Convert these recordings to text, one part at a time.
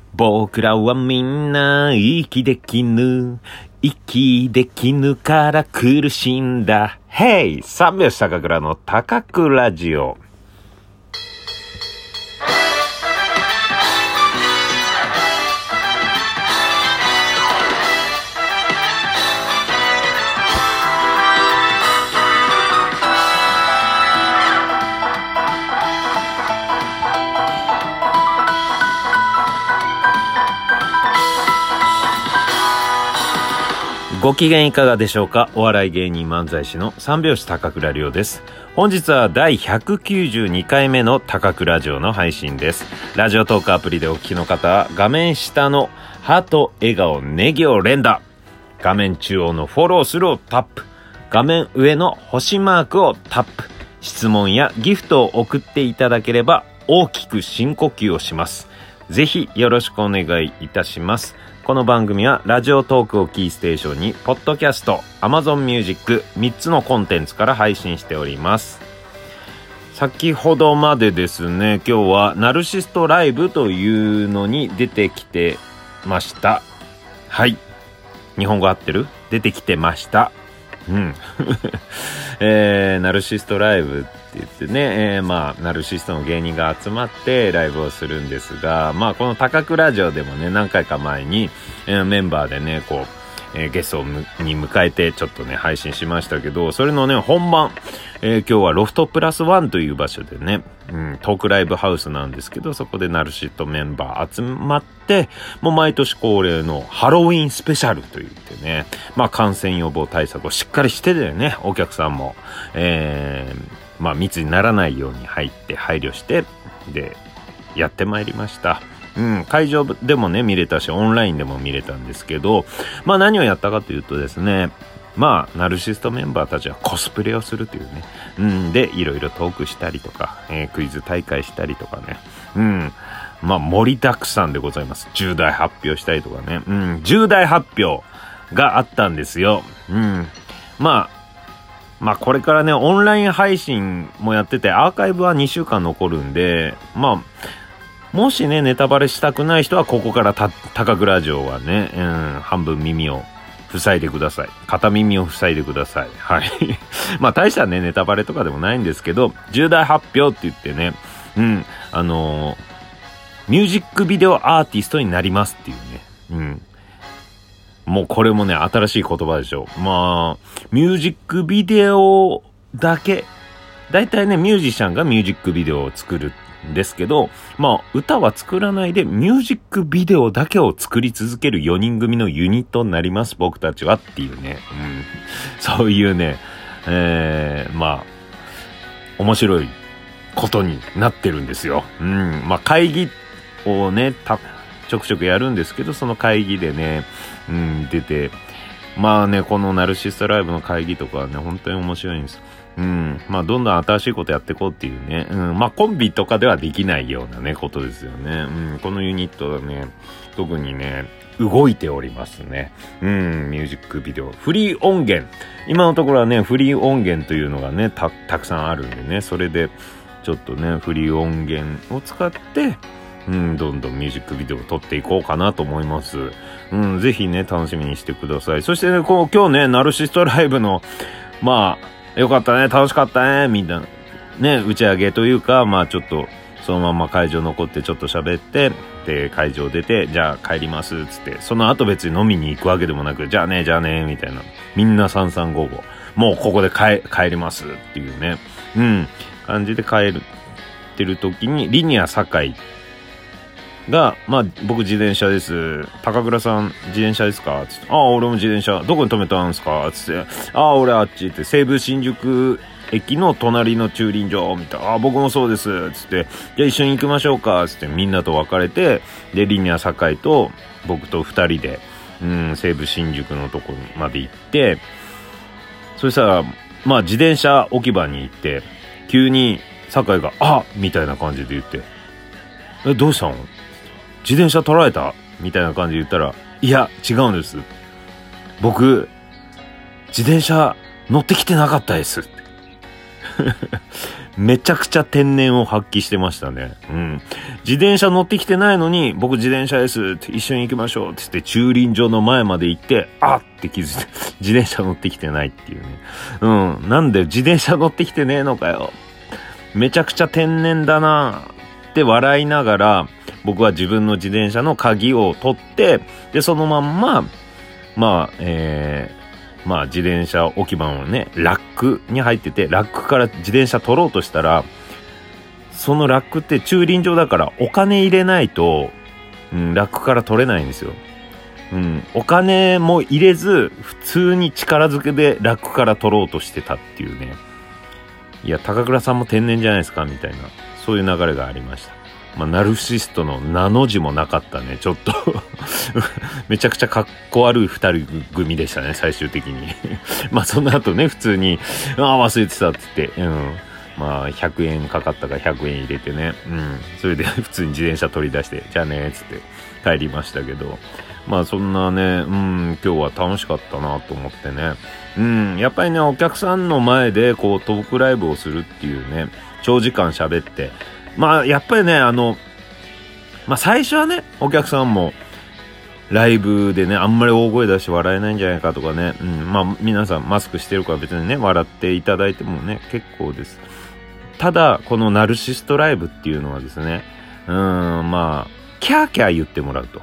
僕らはみんな息できぬから苦しんだ。ヘイ、三拍子高倉の高倉ラジオ。ご機嫌いかがでしょうか。お笑い芸人漫才師の三拍子高倉涼です。本日は第192回目の高倉ラジオの配信です。ラジオトークアプリでお聞きの方は画面下のハート、笑顔、ネギを連打、画面中央のフォローするをタップ、画面上の星マークをタップ、質問やギフトを送っていただければ大きく深呼吸をします。ぜひよろしくお願いいたします。この番組はラジオトークをキーステーションにポッドキャスト、Amazon Music 3つのコンテンツから配信しております。先ほどまでですね、今日はナルシストライブというのに出てきてました。はい、日本語合ってる？出てきてました。ナルシストライブって言ってね、ナルシストの芸人が集まってライブをするんですが、この高倉ラジオでもね、何回か前に、メンバーでね、ゲストに迎えてちょっとね、配信しましたけど、それのね、本番、今日はロフトプラスワンという場所でね、トークライブハウスなんですけど、そこでナルシストメンバー集まって、もう毎年恒例のハロウィンスペシャルといってね、感染予防対策をしっかりしてでね、お客さんも、密にならないように配慮してでやってまいりました。会場でもね見れたし、オンラインでも見れたんですけど、何をやったかというとですね、ナルシストメンバーたちはコスプレをするというね、でいろいろトークしたりとか、クイズ大会したりとかね、盛りだくさんでございます。重大発表したりとかね、重大発表があったんですよ。これからね、オンライン配信もやってて、アーカイブは2週間残るんで、もしね、ネタバレしたくない人は、ここから高倉ラジオはね、半分耳を塞いでください。片耳を塞いでください。はい。大したね、ネタバレとかでもないんですけど、重大発表って言ってね、ミュージックビデオアーティストになりますっていうね、もうこれもね、新しい言葉でしょ。ミュージックビデオだけ、だいたいね、ミュージシャンがミュージックビデオを作るんですけど、歌は作らないでミュージックビデオだけを作り続ける4人組のユニットになります、僕たちはっていうね。そういうね、面白いことになってるんですよ。会議をね、ちょくちょくやるんですけど、その会議でね、出て、このナルシストライブの会議とかはね、本当に面白いんです。どんどん新しいことやっていこうっていうね、コンビとかではできないようなね、ことですよね。このユニットはね、特にね、動いておりますね。ミュージックビデオ。フリー音源。今のところはね、フリー音源というのがね、たくさんあるんでね、それで、ちょっとね、フリー音源を使って、どんどんミュージックビデオを撮っていこうかなと思います。ぜひね、楽しみにしてください。そしてね、今日ね、ナルシストライブの、よかったね、楽しかったね、みんな、ね、打ち上げというか、ちょっと、そのまま会場残ってちょっと喋って、で、会場出て、じゃあ帰ります、つって、その後別に飲みに行くわけでもなく、じゃあね、みたいな。みんな3355。もうここで帰りますっていうね。感じで帰ってる時に、リニア堺が、僕自転車です。高倉さん自転車ですかつって。俺も自転車。どこに止めたんすかつって。俺あっちって。西武新宿駅の隣の駐輪場みたいな。僕もそうです。つって。じゃあ一緒に行きましょうかつってみんなと別れて、で、リニア堺と僕と2人で、西武新宿のとこまで行って、そしたら、自転車置き場に行って、急に堺が、みたいな感じで言って、どうしたの自転車取られたみたいな感じで言ったら、いや、違うんです。僕、自転車乗ってきてなかったです。 めちゃくちゃ天然を発揮してましたね。うん。自転車乗ってきてないのに、僕自転車ですって一緒に行きましょうって言って駐輪場の前まで行って、あって気づいて、自転車乗ってきてないっていうね。うん。なんで自転車乗ってきてねえのかよ。めちゃくちゃ天然だなって笑いながら、僕は自分の自転車の鍵を取って、で、そのまんま、自転車置き場のね、ラックに入ってて、ラックから自転車取ろうとしたら、そのラックって駐輪場だからお金入れないと、ラックから取れないんですよ。お金も入れず、普通に力ずくでラックから取ろうとしてたっていうね。いや、高倉さんも天然じゃないですかみたいな、そういう流れがありました。ナルシストの名の字もなかったね、ちょっとめちゃくちゃかっこ悪い二人組でしたね、最終的にその後ね、普通に忘れてたって言って、100円かかったから100円入れてね、それで普通に自転車取り出して、じゃあねーっつって帰りましたけど、そんなね、今日は楽しかったなと思ってね、やっぱりね、お客さんの前でこうトークライブをするっていうね、長時間喋って、やっぱりね、最初はね、お客さんも、ライブでね、あんまり大声出して笑えないんじゃないかとかね、皆さんマスクしてるから別にね、笑っていただいてもね、結構です。ただ、このナルシストライブっていうのはですね、キャーキャー言ってもらうと。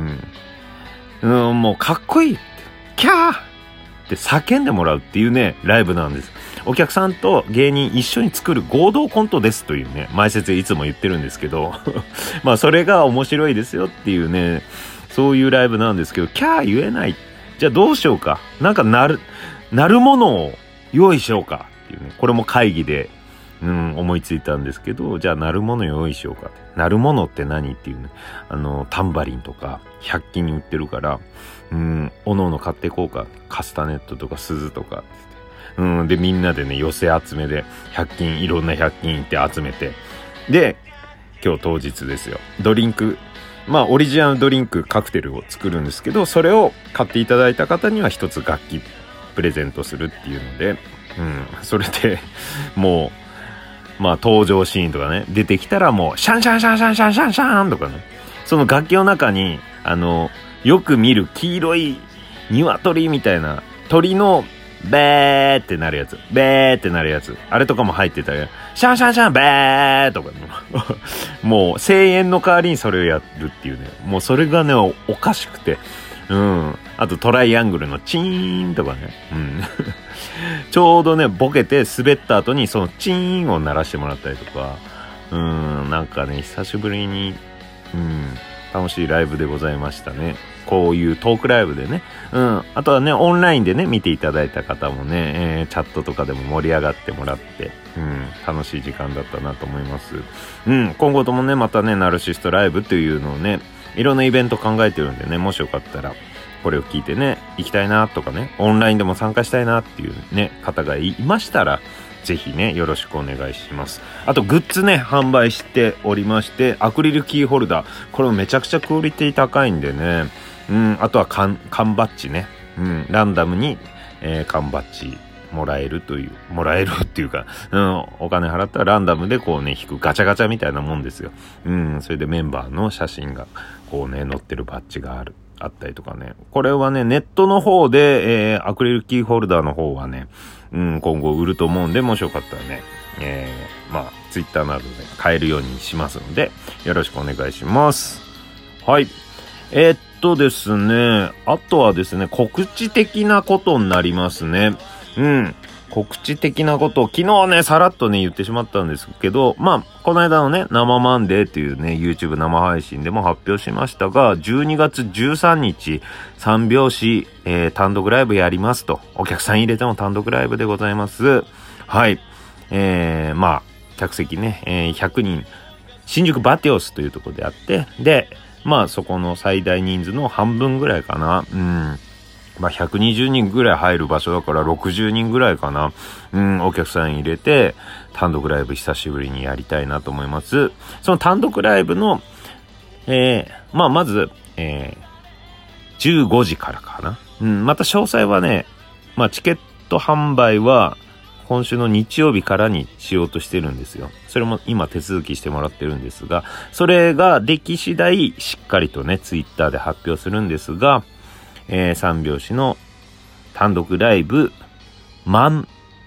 もうかっこいいって、キャーって叫んでもらうっていうね、ライブなんです。お客さんと芸人一緒に作る合同コントですというね、前説でいつも言ってるんですけどそれが面白いですよっていうね、そういうライブなんですけど、キャー言えない。じゃあどうしようか。なんか鳴るものを用意しようかっていうね、これも会議で、思いついたんですけど、じゃあ鳴るもの用意しようかって。鳴るものって何っていうね、タンバリンとか100均に売ってるから、おのおの買っていこうか。カスタネットとか鈴とか。で、みんなでね、寄せ集めで、いろんな100均行って集めて。で、今日当日ですよ。ドリンク、オリジナルドリンク、カクテルを作るんですけど、それを買っていただいた方には一つ楽器プレゼントするっていうので、それで、もう、登場シーンとかね、出てきたらもう、シャンシャンシャンシャンシャンシャンシャンとかね、その楽器の中に、よく見る黄色い鶏みたいな鳥のベーってなるやつ。ベーってなるやつ。あれとかも入ってたよ。シャンシャンシャンベーとか、もう声援の代わりにそれをやるっていうね。もうそれがね、おかしくて。あとトライアングルのチーンとかね。ちょうどね、ボケて滑った後にそのチーンを鳴らしてもらったりとか。なんかね、久しぶりに、楽しいライブでございましたね。こういうトークライブでね。あとはね、オンラインでね、見ていただいた方もね、チャットとかでも盛り上がってもらって、楽しい時間だったなと思います。今後ともね、またね、ナルシストライブというのをね、いろんなイベント考えてるんでね、もしよかったら、これを聞いてね、行きたいなとかね、オンラインでも参加したいなっていうね、方がいましたら、ぜひね、よろしくお願いします。あと、グッズね、販売しておりまして、アクリルキーホルダー。これもめちゃくちゃクオリティ高いんでね。あとは缶バッジね。ランダムに、缶バッジもらえるっていうか、お金払ったらランダムでこうね、引くガチャガチャみたいなもんですよ。それでメンバーの写真が、こうね、載ってるバッジがあったりとかね。これはね、ネットの方で、アクリルキーホルダーの方はね、今後売ると思うんで、もしよかったらね、ツイッターなどで買えるようにしますので、よろしくお願いします。はい。ですね、あとはですね、告知的なことになりますね。告知的なことを昨日ね、さらっとね、言ってしまったんですけど、この間のね、生マンデーっていうね、YouTube 生配信でも発表しましたが、12月13日、三拍子、単独ライブやりますと。お客さん入れての単独ライブでございます。はい。客席ね、100人、新宿バティオスというところであって、で、そこの最大人数の半分ぐらいかな。120人ぐらい入る場所だから60人ぐらいかな。お客さん入れて、単独ライブ久しぶりにやりたいなと思います。その単独ライブの、まず、15時からかな。また詳細はね、チケット販売は、 今週の日曜日からにしようとしてるんですよ。それも今手続きしてもらってるんですが、それができ次第しっかりとね、ツイッターで発表するんですが、三拍子の単独ライブ、漫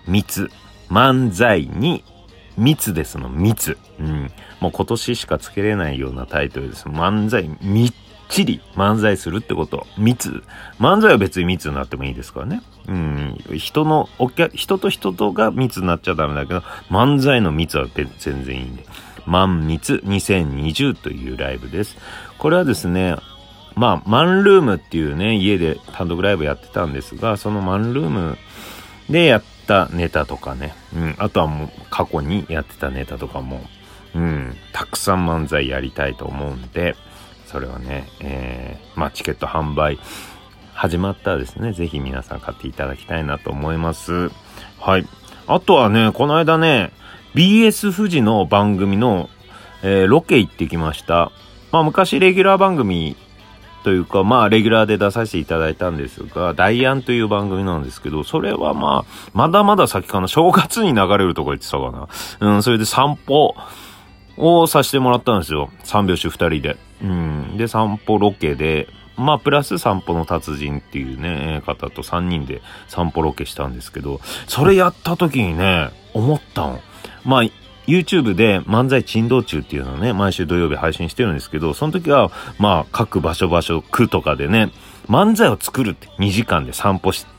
才に密ですの密。もう今年しかつけれないようなタイトルです。漫才、みっちり漫才するってこと。密。漫才は別に密になってもいいですからね。人と人とが密になっちゃダメだけど、漫才の密は全然いいんで。漫密2020というライブです。これはですね、マンルームっていうね、家で単独ライブやってたんですが、そのマンルームでやったネタとかね、あとはもう過去にやってたネタとかも、たくさん漫才やりたいと思うんで、それはね、チケット販売始まったらですね、ぜひ皆さん買っていただきたいなと思います。はい。あとはね、この間ね、BS 富士の番組の、ロケ行ってきました。昔レギュラー番組というか、レギュラーで出させていただいたんですが、ダイアンという番組なんですけど、それはまだまだ先かな、正月に流れるとこ言ってたかな。それで散歩をさせてもらったんですよ。三拍子二人で。で、散歩ロケで、プラス散歩の達人っていうね、方と3人で散歩ロケしたんですけど、それやった時にね、思ったの。YouTube で漫才珍道中っていうのをね、毎週土曜日配信してるんですけど、その時は、各場所、区とかでね、漫才を作るって2時間で散歩して、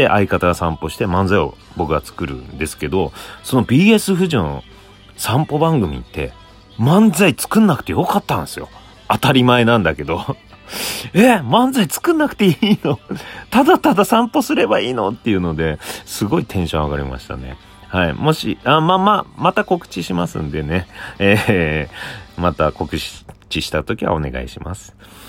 相方が散歩して漫才を僕が作るんですけど、その BS 富士の散歩番組って、漫才作んなくてよかったんですよ。当たり前なんだけど。漫才作んなくていいのただただ散歩すればいいのっていうので、すごいテンション上がりましたね。はい。もし、また告知しますんでね。また告知したときはお願いします。